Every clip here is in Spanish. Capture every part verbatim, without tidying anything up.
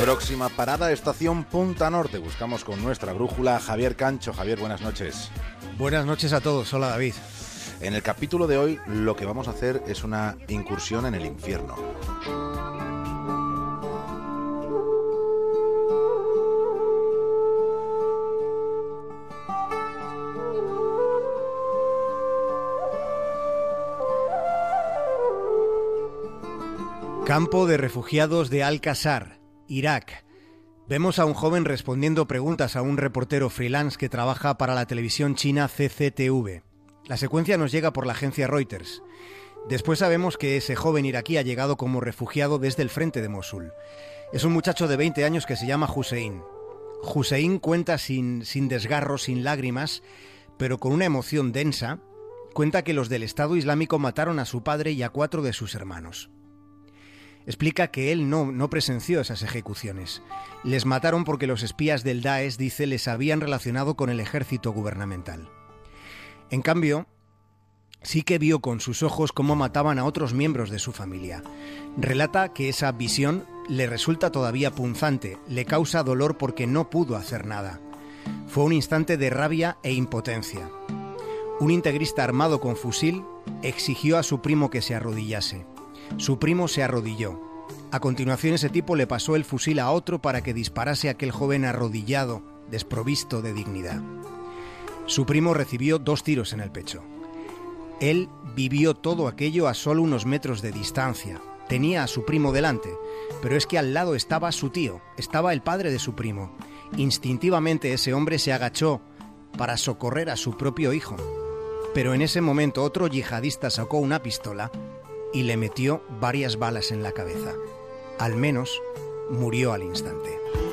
Próxima parada, estación Punta Norte. Buscamos con nuestra brújula a Javier Cancho. Javier, buenas noches. Buenas noches a todos. Hola, David. En el capítulo de hoy lo que vamos a hacer es una incursión en el infierno. Campo de refugiados de Al-Qasar, Irak. Vemos a un joven respondiendo preguntas a un reportero freelance que trabaja para la televisión china C C T V. La secuencia nos llega por la agencia Reuters. Después sabemos que ese joven iraquí ha llegado como refugiado desde el frente de Mosul. Es un muchacho de veinte años que se llama Hussein. Hussein cuenta sin, sin desgarro, sin lágrimas, pero con una emoción densa, cuenta que los del Estado Islámico mataron a su padre y a cuatro de sus hermanos. Explica que él no, no presenció esas ejecuciones. Les mataron porque los espías del Daesh, dice, les habían relacionado con el ejército gubernamental. En cambio, sí que vio con sus ojos cómo mataban a otros miembros de su familia. Relata que esa visión le resulta todavía punzante, le causa dolor porque no pudo hacer nada. Fue un instante de rabia e impotencia. Un integrista armado con fusil exigió a su primo que se arrodillase. Su primo se arrodilló. A continuación, ese tipo le pasó el fusil a otro para que disparase a aquel joven arrodillado, desprovisto de dignidad. Su primo recibió dos tiros en el pecho. Él vivió todo aquello a solo unos metros de distancia. Tenía a su primo delante, pero es que al lado estaba su tío, estaba el padre de su primo. Instintivamente ese hombre se agachó para socorrer a su propio hijo. Pero en ese momento otro yihadista sacó una pistola y le metió varias balas en la cabeza. Al menos murió al instante.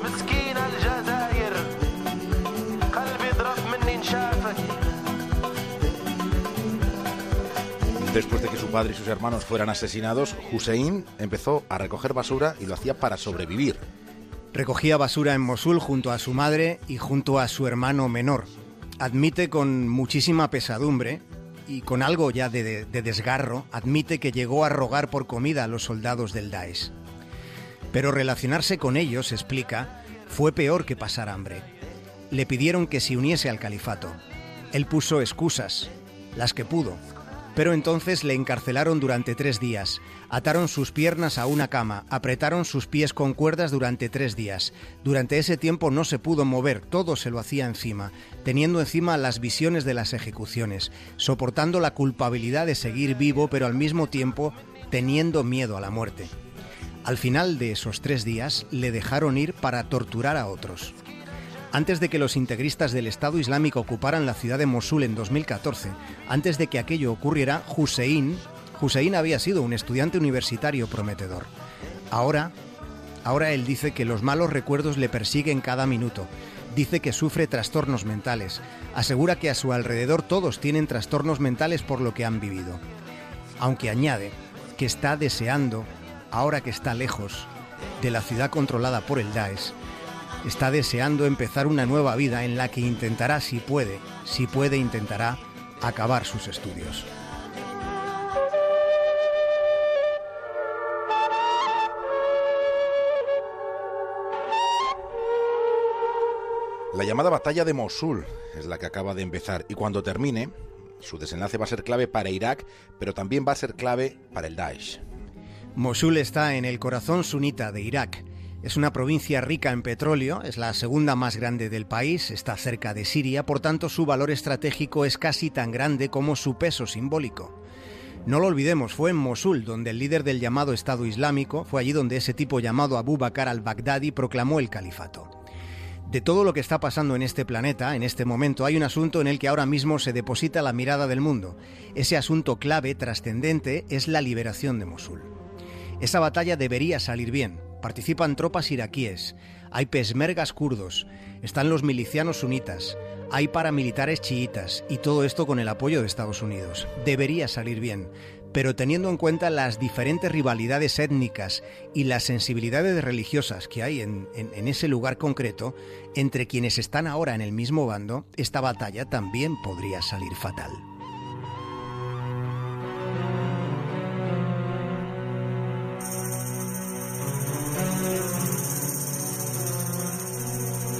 Después de que su padre y sus hermanos fueran asesinados, Hussein empezó a recoger basura y lo hacía para sobrevivir. Recogía basura en Mosul junto a su madre y junto a su hermano menor. Admite con muchísima pesadumbre y con algo ya de, de, de desgarro, admite que llegó a rogar por comida a los soldados del Daesh. Pero relacionarse con ellos, explica, fue peor que pasar hambre. Le pidieron que se uniese al califato. Él puso excusas, las que pudo, pero entonces le encarcelaron durante tres días, ataron sus piernas a una cama, apretaron sus pies con cuerdas durante tres días. Durante ese tiempo no se pudo mover, todo se lo hacía encima, teniendo encima las visiones de las ejecuciones, soportando la culpabilidad de seguir vivo, pero al mismo tiempo teniendo miedo a la muerte. Al final de esos tres días le dejaron ir para torturar a otros. Antes de que los integristas del Estado Islámico ocuparan la ciudad de Mosul en dos mil catorce, antes de que aquello ocurriera, Hussein, Hussein había sido un estudiante universitario prometedor. Ahora, ahora él dice que los malos recuerdos le persiguen cada minuto. Dice que sufre trastornos mentales. Asegura que a su alrededor todos tienen trastornos mentales por lo que han vivido. Aunque añade que está deseando, ahora que está lejos de la ciudad controlada por el Daesh, está deseando empezar una nueva vida en la que intentará, si puede, si puede, intentará acabar sus estudios. La llamada batalla de Mosul es la que acaba de empezar y cuando termine, su desenlace va a ser clave para Irak, pero también va a ser clave para el Daesh. Mosul está en el corazón sunita de Irak. Es una provincia rica en petróleo, es la segunda más grande del país, está cerca de Siria, por tanto su valor estratégico es casi tan grande como su peso simbólico. No lo olvidemos, fue en Mosul donde el líder del llamado Estado Islámico, fue allí donde ese tipo llamado Abu Bakr al-Baghdadi proclamó el califato. De todo lo que está pasando en este planeta, en este momento, hay un asunto en el que ahora mismo se deposita la mirada del mundo. Ese asunto clave, trascendente, es la liberación de Mosul. Esa batalla debería salir bien. Participan tropas iraquíes, hay peshmergas kurdos, están los milicianos sunitas, hay paramilitares chiitas y todo esto con el apoyo de Estados Unidos. Debería salir bien, pero teniendo en cuenta las diferentes rivalidades étnicas y las sensibilidades religiosas que hay en, en, en ese lugar concreto, entre quienes están ahora en el mismo bando, esta batalla también podría salir fatal.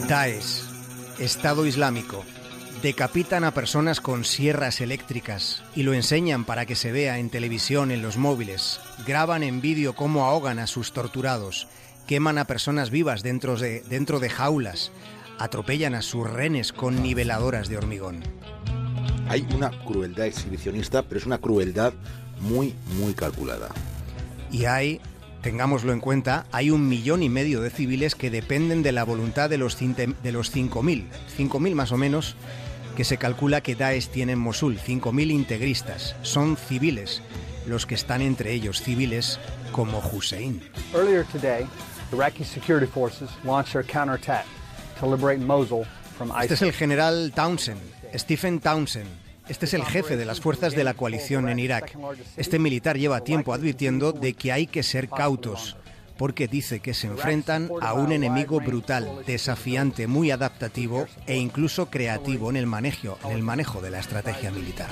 Daesh, Estado Islámico, decapitan a personas con sierras eléctricas y lo enseñan para que se vea en televisión, en los móviles. Graban en vídeo cómo ahogan a sus torturados, queman a personas vivas dentro de, dentro de jaulas, atropellan a sus rehenes con niveladoras de hormigón. Hay una crueldad exhibicionista, pero es una crueldad muy, muy calculada. Y hay, tengámoslo en cuenta, hay un millón y medio de civiles que dependen de la voluntad de los, de los cinco mil, cinco mil más o menos, que se calcula que Daesh tiene en Mosul, cinco mil integristas. Son civiles los que están entre ellos, civiles como Hussein. Earlier today, Iraqi security forces launched their counterattack to liberate Mosul from ISIS. Este es el general Townsend, Stephen Townsend. Este es el jefe de las fuerzas de la coalición en Irak. Este militar lleva tiempo advirtiendo de que hay que ser cautos, porque dice que se enfrentan a un enemigo brutal, desafiante, muy adaptativo e incluso creativo en el manejo, en el manejo de la estrategia militar.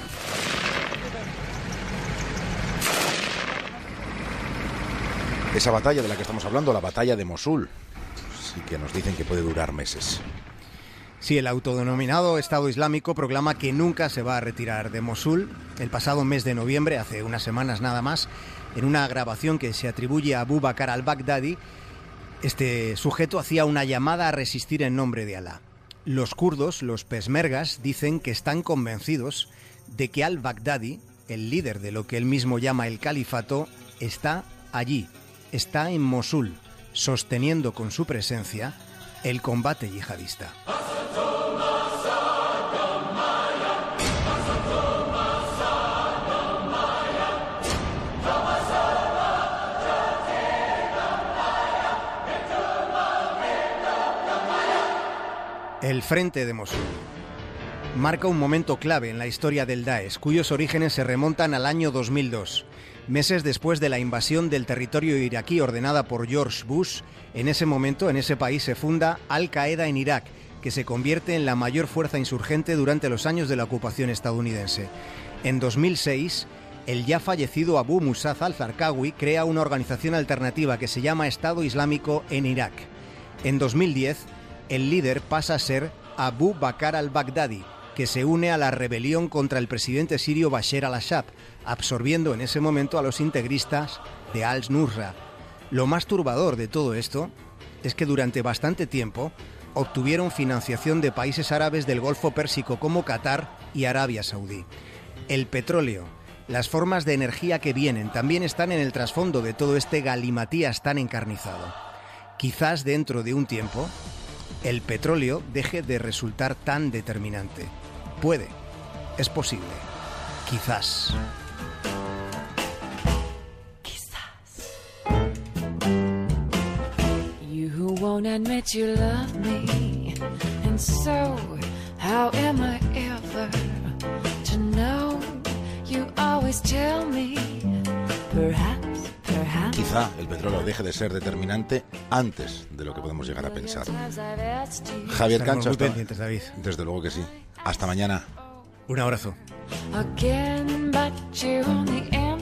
Esa batalla de la que estamos hablando, la batalla de Mosul, sí que nos dicen que puede durar meses. Sí, el autodenominado Estado Islámico proclama que nunca se va a retirar de Mosul. El pasado mes de noviembre, hace unas semanas nada más, en una grabación que se atribuye a Abu Bakr al-Baghdadi, este sujeto hacía una llamada a resistir en nombre de Alá. Los kurdos, los peshmergas, dicen que están convencidos de que al-Baghdadi, el líder de lo que él mismo llama el califato, está allí, está en Mosul, sosteniendo con su presencia el combate yihadista. El frente de Mosul marca un momento clave en la historia del Daesh, cuyos orígenes se remontan al año dos mil dos. Meses después de la invasión del territorio iraquí ordenada por George Bush, en ese momento, en ese país, se funda Al-Qaeda en Irak, que se convierte en la mayor fuerza insurgente durante los años de la ocupación estadounidense. En dos mil seis, el ya fallecido Abu Musab al-Zarqawi crea una organización alternativa que se llama Estado Islámico en Irak. En dos mil diez, el líder pasa a ser Abu Bakr al-Baghdadi, que se une a la rebelión contra el presidente sirio Bashar al-Assad, absorbiendo en ese momento a los integristas de al-Nusra. Lo más turbador de todo esto es que durante bastante tiempo obtuvieron financiación de países árabes del Golfo Pérsico como Qatar y Arabia Saudí. El petróleo, las formas de energía que vienen, también están en el trasfondo de todo este galimatías tan encarnizado. Quizás dentro de un tiempo el petróleo deje de resultar tan determinante. Puede, es posible, quizás. Quizás. You won't admit you love me, and so how am I ever to know? You always tell me, perhaps. Quizá el petróleo deje de ser determinante antes de lo que podemos llegar a pensar. Javier Cancho, muy pendientes, David. Desde luego que sí. Hasta mañana. Un abrazo. Again, but you're on the